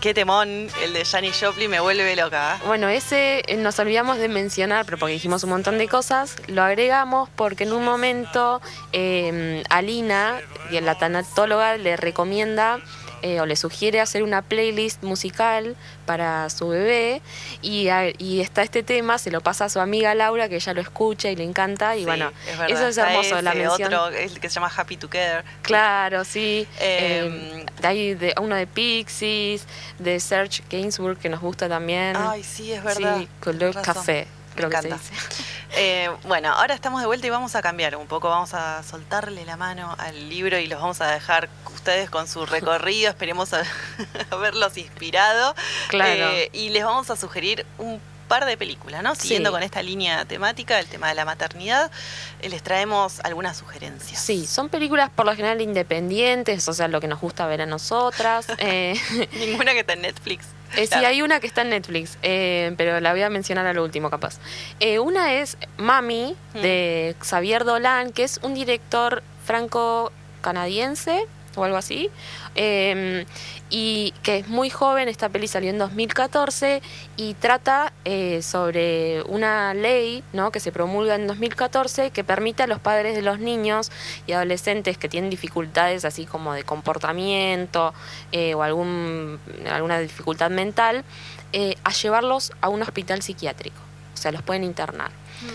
Qué temón, el de Janis Joplin me vuelve loca. Bueno, ese eh, nos olvidamos de mencionar, pero porque dijimos un montón de cosas, lo agregamos porque en un momento eh, Alina, la tanatóloga, le recomienda eh, o le sugiere hacer una playlist musical para su bebé y, a, y está este tema, se lo pasa a su amiga Laura, que ella lo escucha y le encanta y Sí, bueno, es verdad. eso es Está hermoso, ese, la mención. otro, el que se llama Happy Together. Claro, sí. Eh, Eh, hay de, uno de Pixies, de Serge Gainsbourg, que nos gusta también. Ay, sí, es verdad. Sí, Color Tenés razón. Café, creo Me que se encanta. dice. Eh, bueno, ahora estamos de vuelta y vamos a cambiar un poco. Vamos a soltarle la mano al libro y los vamos a dejar ustedes con su recorrido. Esperemos a, a verlos inspirado. Claro. Eh, y les vamos a sugerir un par de películas, ¿no? Siguiendo Sí. con esta línea temática, el tema de la maternidad, eh, les traemos algunas sugerencias. Sí, son películas por lo general independientes, o sea, lo que nos gusta ver a nosotras. Eh, Ninguna que está en Netflix. Eh, Claro. Sí, hay una que está en Netflix, eh, pero la voy a mencionar a lo último, capaz. Eh, una es Mami, de Xavier Dolan, que es un director franco-canadiense o algo así, eh, y que es muy joven. Esta peli salió en dos mil catorce y trata eh, sobre una ley, ¿no?, que se promulga en dos mil catorce que permite a los padres de los niños y adolescentes que tienen dificultades así como de comportamiento eh, o algún, alguna dificultad mental, eh, a llevarlos a un hospital psiquiátrico. O sea, los pueden internar.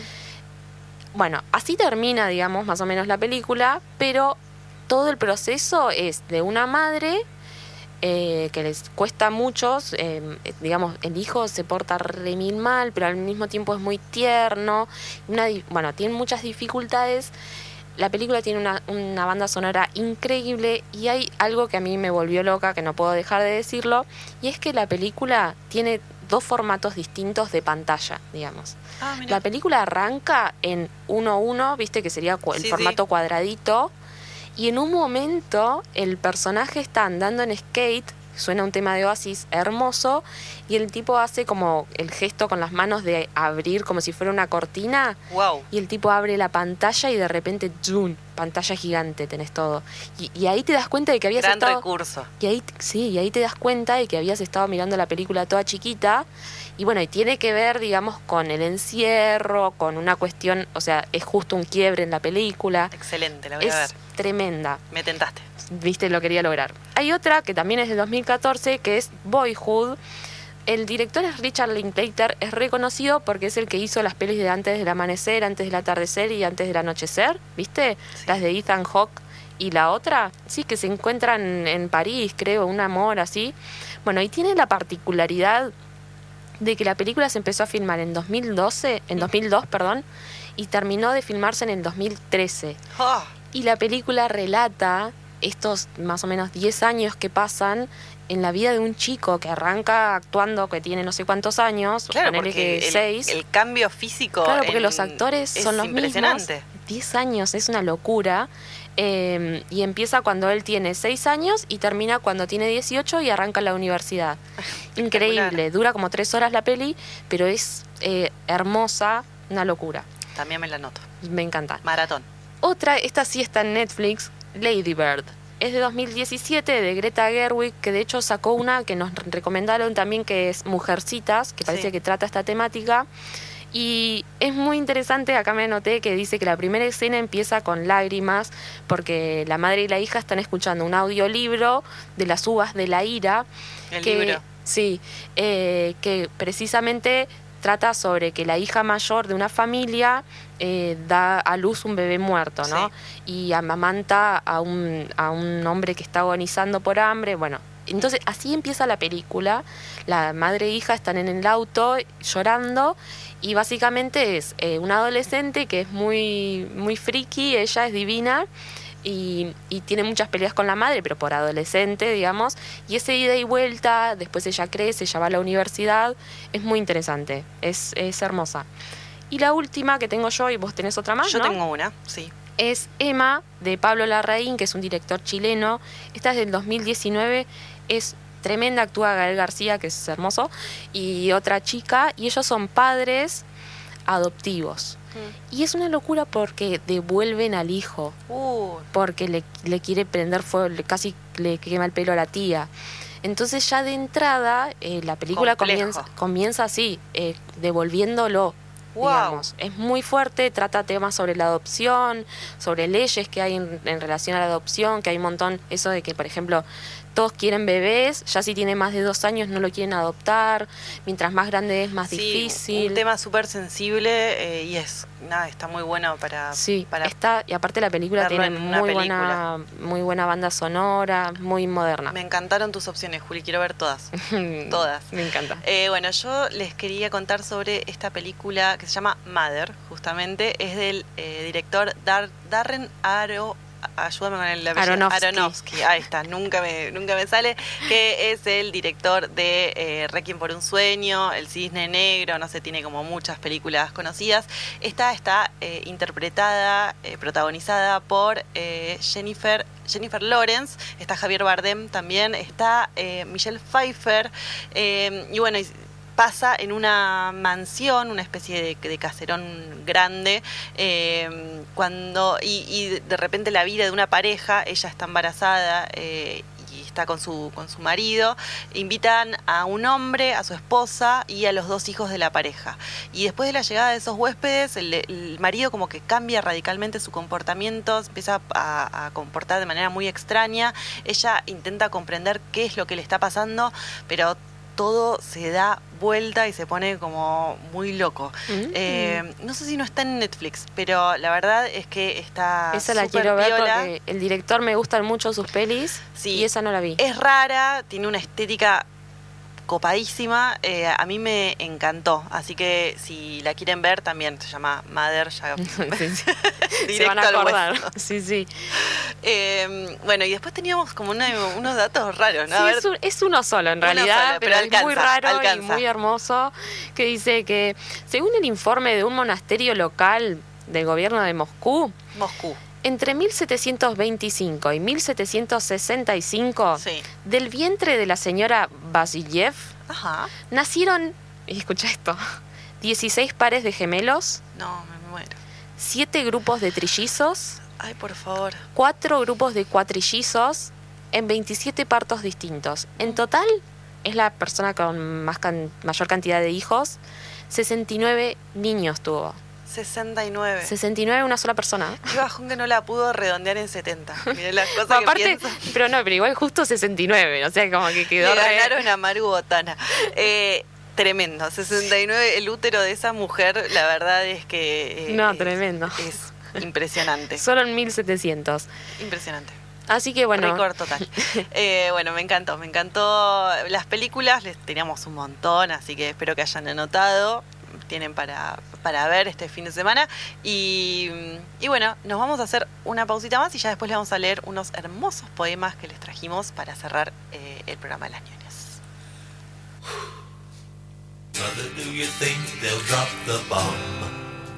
Mm. Bueno, así termina, digamos, más o menos la película, pero todo el proceso es de una madre eh, que les cuesta mucho, eh, digamos, el hijo se porta re mil mal, pero al mismo tiempo es muy tierno, una, bueno, tiene muchas dificultades. La película tiene una, una banda sonora increíble y hay algo que a mí me volvió loca, que no puedo dejar de decirlo, y es que la película tiene dos formatos distintos de pantalla, digamos. Ah, mirá. La película arranca en uno uno, viste, que sería cu- el Sí, formato sí. cuadradito, y en un momento el personaje está andando en skate, suena un tema de Oasis hermoso, y el tipo hace como el gesto con las manos de abrir como si fuera una cortina, Wow. y el tipo abre la pantalla y de repente, ¡zoom!, pantalla gigante, tenés todo. Y, y ahí te das cuenta de que habías Gran estado... recurso. Y ahí, sí, y ahí te das cuenta de que habías estado mirando la película toda chiquita. Y bueno, y tiene que ver, digamos, con el encierro, con una cuestión, o sea, es justo un quiebre en la película. Excelente, la voy Es a ver. tremenda. Me tentaste. Viste, lo quería lograr. Hay otra que también es de dos mil catorce, que es Boyhood. El director es Richard Linklater, es reconocido porque es el que hizo las pelis de Antes del Amanecer, Antes del Atardecer y Antes del Anochecer, ¿viste? Sí. Las de Ethan Hawke y la otra, sí, que se encuentran en París, creo, un amor así. Bueno, y tiene la particularidad de que la película se empezó a filmar en dos mil doce, en dos mil dos, perdón, y terminó de filmarse en el dos mil trece. Oh, Y la película relata estos más o menos diez años que pasan en la vida de un chico que arranca actuando, que tiene no sé cuántos años, claro, ponele porque que el, seis. el cambio físico. Claro, porque en- los actores es son los mismos. impresionante. diez años, es una locura. Eh, y empieza cuando él tiene seis años y termina cuando tiene dieciocho y arranca la universidad. Increíble, dura como tres horas la peli, pero es eh, hermosa, una locura. También me la noto. Me encanta. Maratón. Otra, esta sí está en Netflix, Lady Bird. Es de dos mil diecisiete, de Greta Gerwig, que de hecho sacó una que nos recomendaron también, que es Mujercitas, que parece Sí. que trata esta temática. Y es muy interesante, acá me anoté que dice que la primera escena empieza con lágrimas, porque la madre y la hija están escuchando un audiolibro de Las uvas de la ira. El que, libro. Sí, eh, que precisamente trata sobre que la hija mayor de una familia eh, da a luz un bebé muerto, ¿no? Y amamanta a un, a un hombre que está agonizando por hambre. Bueno, entonces así empieza la película. La madre e hija están en el auto llorando y básicamente es eh, una adolescente que es muy, muy friki, ella es divina. Y, y tiene muchas peleas con la madre, pero por adolescente, digamos. Y ese ida y vuelta, después ella crece, ella va a la universidad. Es muy interesante, es, es hermosa. Y la última que tengo yo, y vos tenés otra más, Yo ¿no? tengo una, sí. Es Emma, de Pablo Larraín, que es un director chileno. Esta es del dos mil diecinueve, es tremenda, actúa Gael García, que es hermoso, y otra chica, y ellos son padres adoptivos. Y es una locura porque devuelven al hijo, Uh, porque le, le quiere prender fuego, le- casi le quema el pelo a la tía. Entonces ya de entrada eh, la película Complejo. comienza, comienza así, eh, devolviéndolo. Wow. Digamos. Es muy fuerte, trata temas sobre la adopción, sobre leyes que hay en, en relación a la adopción, que hay un montón, eso de que, por ejemplo, todos quieren bebés, ya si tiene más de dos años no lo quieren adoptar, mientras más grande es más Sí, difícil. un tema súper sensible eh, y es, nada, está muy bueno para... Sí, para está, y aparte la película verlo tiene en una muy buena, muy buena banda sonora, muy moderna. Me encantaron tus opciones, Juli, quiero ver todas. Todas. Me encanta. Eh, bueno, yo les quería contar sobre esta película que se llama Mother, justamente. Es del eh, director Dar- Darren Aro... Ayúdame con el apellido. Aronofsky. Aronofsky, ahí está, nunca me, nunca me sale, que es el director de eh, Requiem por un sueño, El Cisne Negro, no sé, tiene como muchas películas conocidas. Esta está eh, interpretada, eh, protagonizada por eh, Jennifer, Jennifer Lawrence, está Javier Bardem también, está eh, Michelle Pfeiffer, eh, y bueno, y pasa en una mansión, una especie de, de caserón grande, eh, cuando y, y de repente la vida de una pareja, ella está embarazada eh, y está con su, con su marido, invitan a un hombre, a su esposa y a los dos hijos de la pareja. Y después de la llegada de esos huéspedes, el, el marido como que cambia radicalmente su comportamiento, empieza a, a comportar de manera muy extraña, ella intenta comprender qué es lo que le está pasando, pero todo se da vuelta y se pone como muy loco. Mm. Eh, no sé si no está en Netflix, pero la verdad es que está esa la súper quiero ver piola. Porque el director me gustan mucho sus pelis, sí, y esa no la vi. Es rara, tiene una estética copadísima, eh, a mí me encantó, así que si la quieren ver también se llama Mother, ya sí, sí. directo se van a al acordar. hueso. Sí, sí. Eh, bueno, y después teníamos como una, unos datos raros, ¿no? Sí, A ver, es, un, es uno solo en uno realidad, solo, pero, pero es muy alcanza, raro alcanza. y muy hermoso, que dice que según el informe de un monasterio local del gobierno de Moscú, Moscú. Entre mil setecientos veinticinco y mil setecientos sesenta y cinco, Sí. del vientre de la señora Vasilyev, Ajá. nacieron, y escucha esto, dieciséis pares de gemelos, No, me muero. siete grupos de trillizos, Ay, por favor. cuatro grupos de cuatrillizos, en veintisiete partos distintos. En total, es la persona con más can- mayor cantidad de hijos, sesenta y nueve niños tuvo. sesenta y nueve. sesenta y nueve una sola persona. Qué bajón que no la pudo redondear en setenta. Miren las cosas Bueno, que aparte, pienso. pero no, pero igual justo sesenta y nueve, o sea, como que quedó Le re- ganaron a Maru Botana. Eh, tremendo. sesenta y nueve, el útero de esa mujer, la verdad es que... eh, No, es- tremendo. Es impresionante. Solo en mil setecientos. Impresionante. Así que bueno. Récord total. Eh, bueno, me encantó, me encantó. Las películas, les teníamos un montón, así que espero que hayan anotado. Tienen para, para ver este fin de semana. Y, y bueno, nos vamos a hacer una pausita más y ya después les vamos a leer unos hermosos poemas que les trajimos para cerrar eh, el programa de las ñoñas. Mother, do you think they'll drop the bomb?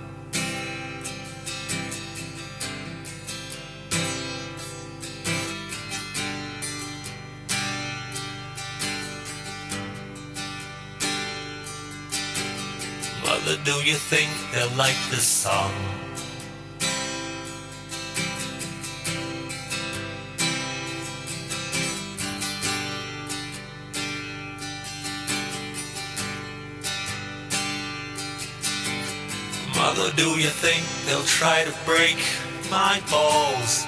Mother, do you think they'll like this song? Mother, do you think they'll try to break my balls?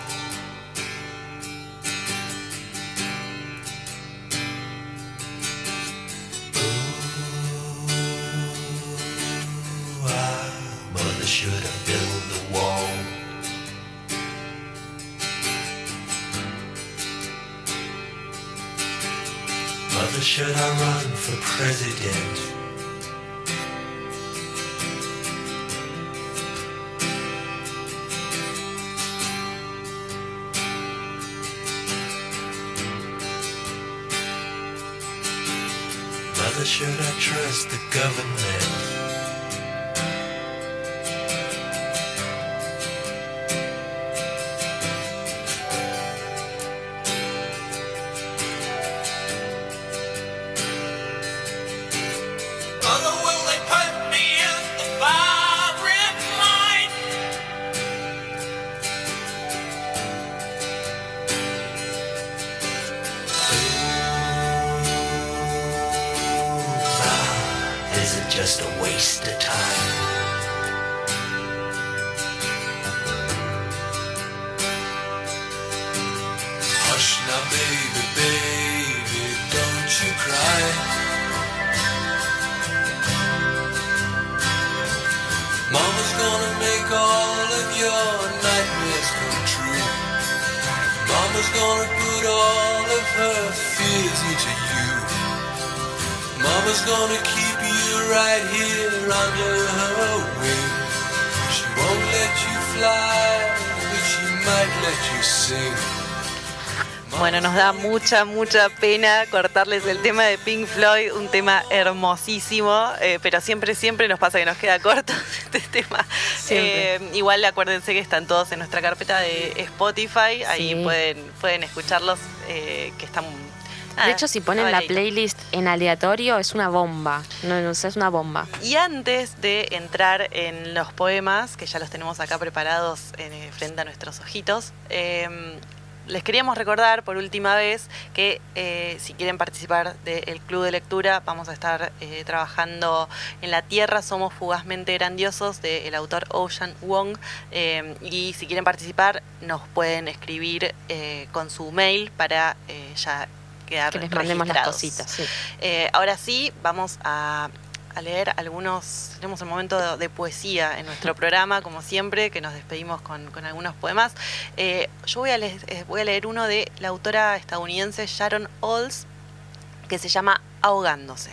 Ooh, ah, Mother should have built a wall. Mother, should I run for president? Mother, should I trust the government? Mother, will they put me in the firing line? Ooh, gonna make all of your nightmares come true. Mama's gonna put all of her fears into you. Mama's gonna keep you right here under her wing. She won't let you fly, but she might let you sing. Bueno, nos da mucha, mucha pena cortarles el tema de Pink Floyd, un tema hermosísimo, eh, pero siempre, siempre nos pasa que nos queda corto este tema. Eh, igual acuérdense que están todos en nuestra carpeta de Spotify, ahí sí. pueden, pueden escucharlos, eh, que están... Nada, de hecho, si ponen la playlist en aleatorio, es una bomba. No, no es una bomba. Y antes de entrar en los poemas, que ya los tenemos acá preparados eh, frente a nuestros ojitos, eh, les queríamos recordar por última vez que eh, si quieren participar del Club de Lectura, vamos a estar eh, trabajando en La Tierra Somos Fugazmente Grandiosos, del autor Ocean Wong. Eh, y si quieren participar, nos pueden escribir eh, con su mail para eh, ya... que les mandemos las cositas. Sí. Eh, ahora sí, vamos a, a leer algunos, tenemos el momento de, de poesía en nuestro programa, como siempre, que nos despedimos con, con algunos poemas. Eh, yo voy a, leer, eh, voy a leer uno de la autora estadounidense Sharon Olds, que se llama Ahogándose.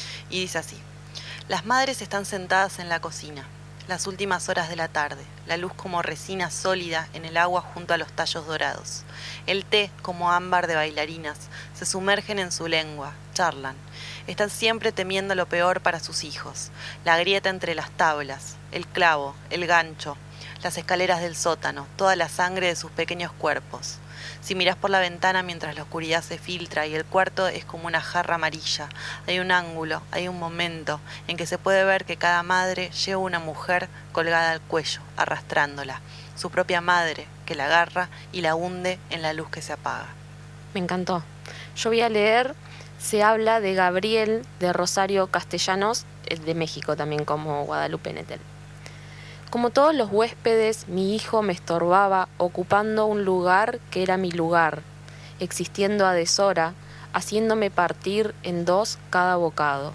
Y dice así: las madres están sentadas en la cocina, las últimas horas de la tarde, la luz como resina sólida en el agua junto a los tallos dorados. El té como ámbar de bailarinas, se sumergen en su lengua, charlan. Están siempre temiendo lo peor para sus hijos, la grieta entre las tablas, el clavo, el gancho, las escaleras del sótano, toda la sangre de sus pequeños cuerpos. Si miras por la ventana mientras la oscuridad se filtra y el cuarto es como una jarra amarilla, hay un ángulo, hay un momento en que se puede ver que cada madre lleva una mujer colgada al cuello, arrastrándola, su propia madre que la agarra y la hunde en la luz que se apaga. Me encantó. Yo voy a leer, se habla de Gabriel de Rosario Castellanos, de México también, como Guadalupe Nettel. Como todos los huéspedes, mi hijo me estorbaba ocupando un lugar que era mi lugar, existiendo a deshora, haciéndome partir en dos cada bocado.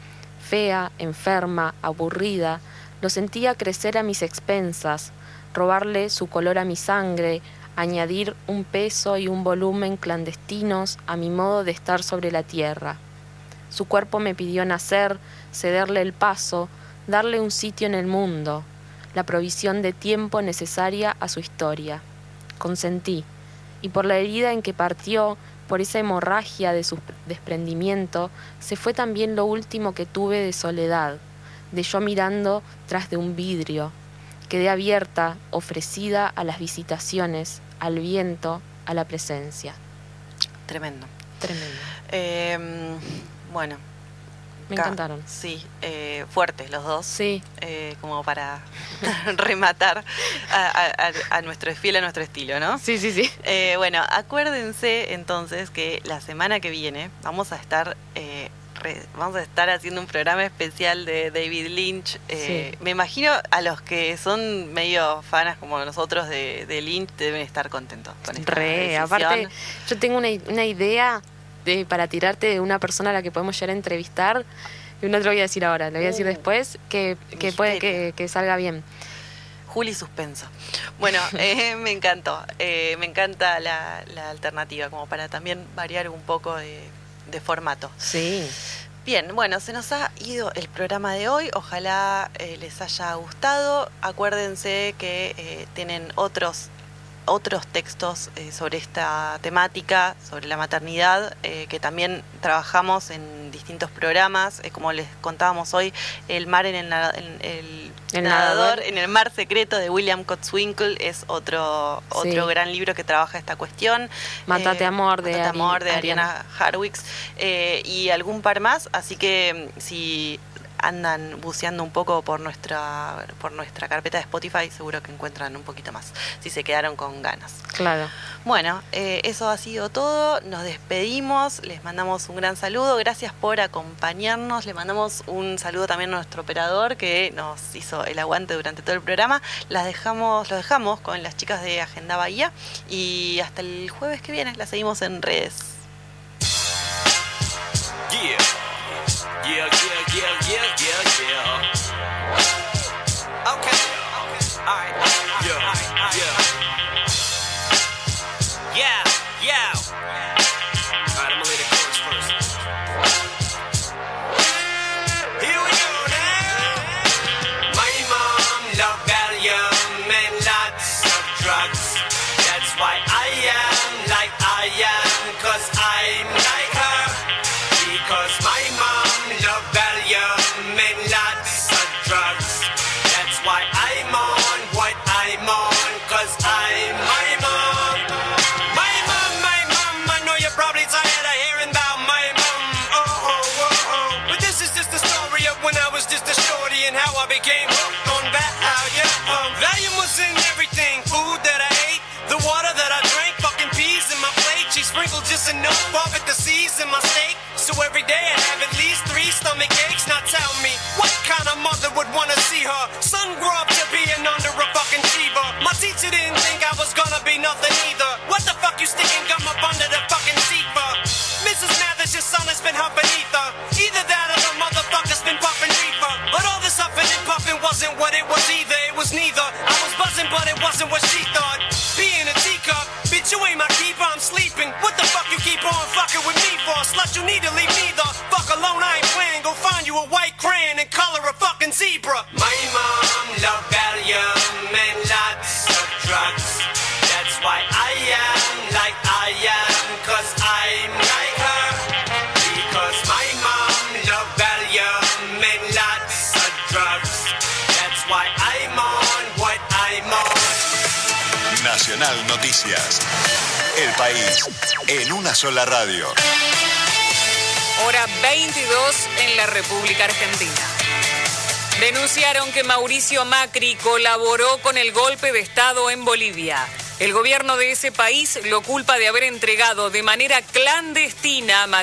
Fea, enferma, aburrida, lo sentía crecer a mis expensas, robarle su color a mi sangre, añadir un peso y un volumen clandestinos a mi modo de estar sobre la tierra. Su cuerpo me pidió nacer, cederle el paso, darle un sitio en el mundo, la provisión de tiempo necesaria a su historia. Consentí, y por la herida en que partió, por esa hemorragia de su desprendimiento, se fue también lo último que tuve de soledad, de yo mirando tras de un vidrio. Quedé abierta, ofrecida a las visitaciones, al viento, a la presencia. Tremendo. Tremendo. Eh, bueno. Me encantaron. Sí, eh, fuertes los dos. Sí. Eh, como para rematar a, a, a nuestro fiel a nuestro estilo, ¿no? Sí, sí, sí. Eh, bueno, acuérdense entonces que la semana que viene vamos a estar eh, re, vamos a estar haciendo un programa especial de David Lynch. Eh, sí. Me imagino a los que son medio fanas como nosotros de, de Lynch deben estar contentos con esta Re, decisión. Aparte, yo tengo una, una idea de, para tirarte de una persona a la que podemos llegar a entrevistar. Y no te lo voy a decir ahora, lo voy a decir uh, después, que, que puede que, que salga bien. Juli suspenso. Bueno, eh, me encantó. Eh, me encanta la, la alternativa, como para también variar un poco de, de formato. Sí. Bien, bueno, se nos ha ido el programa de hoy. Ojalá eh, les haya gustado. Acuérdense que eh, tienen otros otros textos eh, sobre esta temática, sobre la maternidad, eh, que también trabajamos en distintos programas, eh, como les contábamos hoy, El mar en el, en el, el nadador, nadador, en el mar secreto de William Kotzwinkle, es otro sí. otro gran libro que trabaja esta cuestión. Mátate eh, amor de, Mátate amor de Ariana, Ariana Harwicz, eh, y algún par más, así que si andan buceando un poco por nuestra por nuestra carpeta de Spotify, seguro que encuentran un poquito más, si se quedaron con ganas. Claro. Bueno, eh, eso ha sido todo. Nos despedimos, les mandamos un gran saludo, gracias por acompañarnos, le mandamos un saludo también a nuestro operador que nos hizo el aguante durante todo el programa. Las dejamos, lo dejamos con las chicas de Agenda Bahía y hasta el jueves que viene, las seguimos en redes. Yeah. Yeah, yeah, yeah, yeah, yeah, yeah. Okay. and how I became hooked on that. How, yeah, um, Valium was in everything. Food that I ate, the water that I drank, fucking peas in my plate. She sprinkled just enough of it to season my steak. So every day I'd have at least three stomach aches. Now tell me, what kind of mother would wanna see her son grow up to being under a fucking Shiva? My teacher didn't think I was gonna be nothing either. What the fuck you sticking gum up under the fucking seat for? Missus Mathers, your son has been huffing ether. Either that or the motherfucker's been puffing reefer. But all this huffing and puffing wasn't what it was either. It was neither. I was buzzing, but it wasn't what she thought. Being a teacup, bitch, you ain't my keeper, I'm sleeping. What the fuck you keep on fucking with me for? Slut, you need to leave me the fuck alone, I ain't playing. Go find you a white crayon and color a fucking zebra. My mom loved Valium and lots of drugs. That's why I am like I am, cause I'm like her. Because my mom loved Valium and lots of drugs. That's why I'm on what I'm on. Nacional Noticias. El país en una sola radio. Hora veintidós en la República Argentina. Denunciaron que Mauricio Macri colaboró con el golpe de Estado en Bolivia. El gobierno de ese país lo culpa de haber entregado de manera clandestina